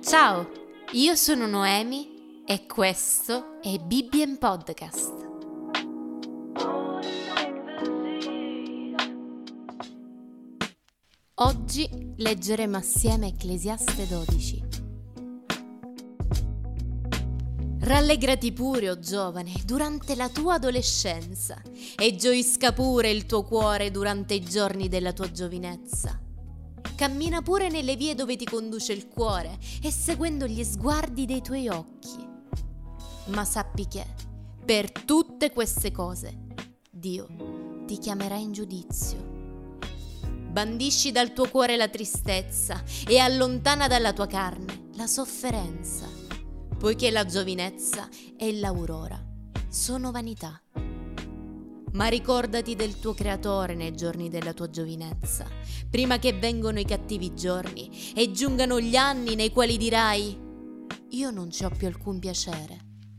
Ciao, io sono Noemi e questo è Bibbien Podcast. Oggi leggeremo assieme Ecclesiaste 12. Rallegrati pure, o giovane, durante la tua adolescenza, e gioisca pure il tuo cuore durante i giorni della tua giovinezza. Cammina pure nelle vie dove ti conduce il cuore e seguendo gli sguardi dei tuoi occhi. Ma sappi che, per tutte queste cose, Dio ti chiamerà in giudizio. Bandisci dal tuo cuore la tristezza e allontana dalla tua carne la sofferenza, poiché la giovinezza e l'aurora sono vanità. Ma ricordati del tuo Creatore nei giorni della tua giovinezza, prima che vengano i cattivi giorni e giungano gli anni nei quali dirai: io non ci ho più alcun piacere.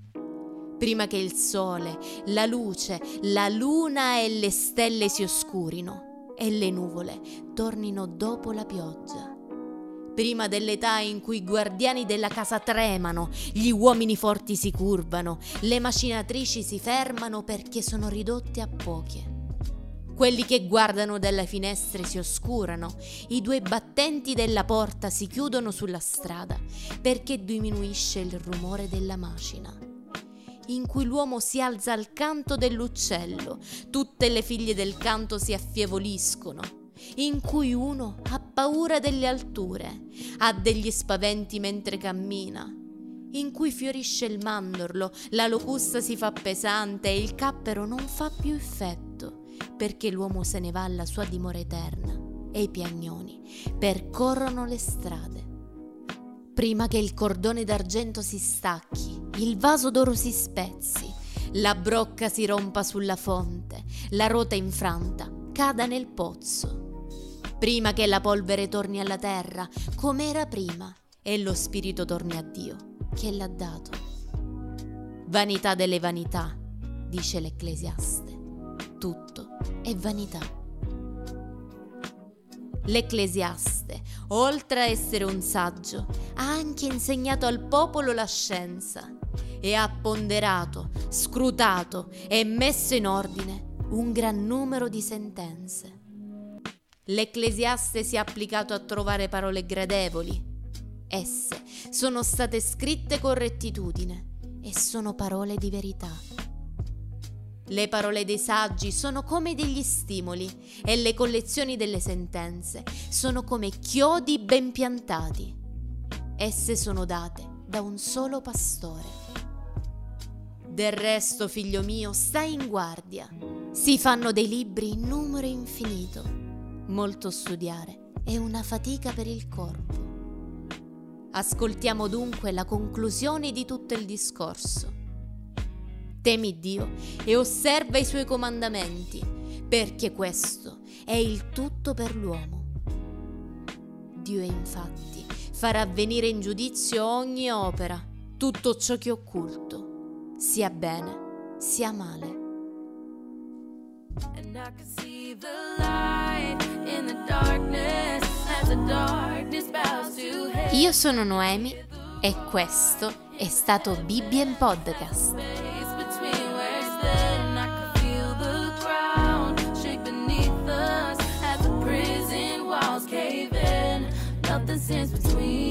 Prima che il sole, la luce, la luna e le stelle si oscurino e le nuvole tornino dopo la pioggia. Prima dell'età in cui i guardiani della casa tremano, gli uomini forti si curvano, le macinatrici si fermano perché sono ridotte a poche. Quelli che guardano dalle finestre si oscurano, i due battenti della porta si chiudono sulla strada perché diminuisce il rumore della macina. In cui l'uomo si alza al canto dell'uccello, tutte le figlie del canto si affievoliscono. In cui uno ha paura delle alture, ha degli spaventi mentre cammina, in cui fiorisce il mandorlo, la locusta si fa pesante e il cappero non fa più effetto, perché l'uomo se ne va alla sua dimora eterna e i piagnoni percorrono le strade. Prima che il cordone d'argento si stacchi, il vaso d'oro si spezzi, la brocca si rompa sulla fonte, la rota infranta cada nel pozzo. Prima che la polvere torni alla terra, come era prima, e lo spirito torni a Dio, che l'ha dato. Vanità delle vanità, dice l'Ecclesiaste. Tutto è vanità. L'Ecclesiaste, oltre a essere un saggio, ha anche insegnato al popolo la scienza e ha ponderato, scrutato e messo in ordine un gran numero di sentenze. L'Ecclesiaste si è applicato a trovare parole gradevoli. Esse sono state scritte con rettitudine e sono parole di verità. Le parole dei saggi sono come degli stimoli e le collezioni delle sentenze sono come chiodi ben piantati. Esse sono date da un solo pastore. Del resto, figlio mio, stai in guardia. Si fanno dei libri in numero infinito. Molto studiare è una fatica per il corpo. Ascoltiamo dunque la conclusione di tutto il discorso. Temi Dio e osserva i suoi comandamenti, perché questo è il tutto per l'uomo. Dio infatti farà venire in giudizio ogni opera, tutto ciò che è occulto, sia bene sia male. And I can see the light in the darkness as the darkness bows to hell. Io sono Noemi e questo è stato Bibbien Podcast. Nothing stands between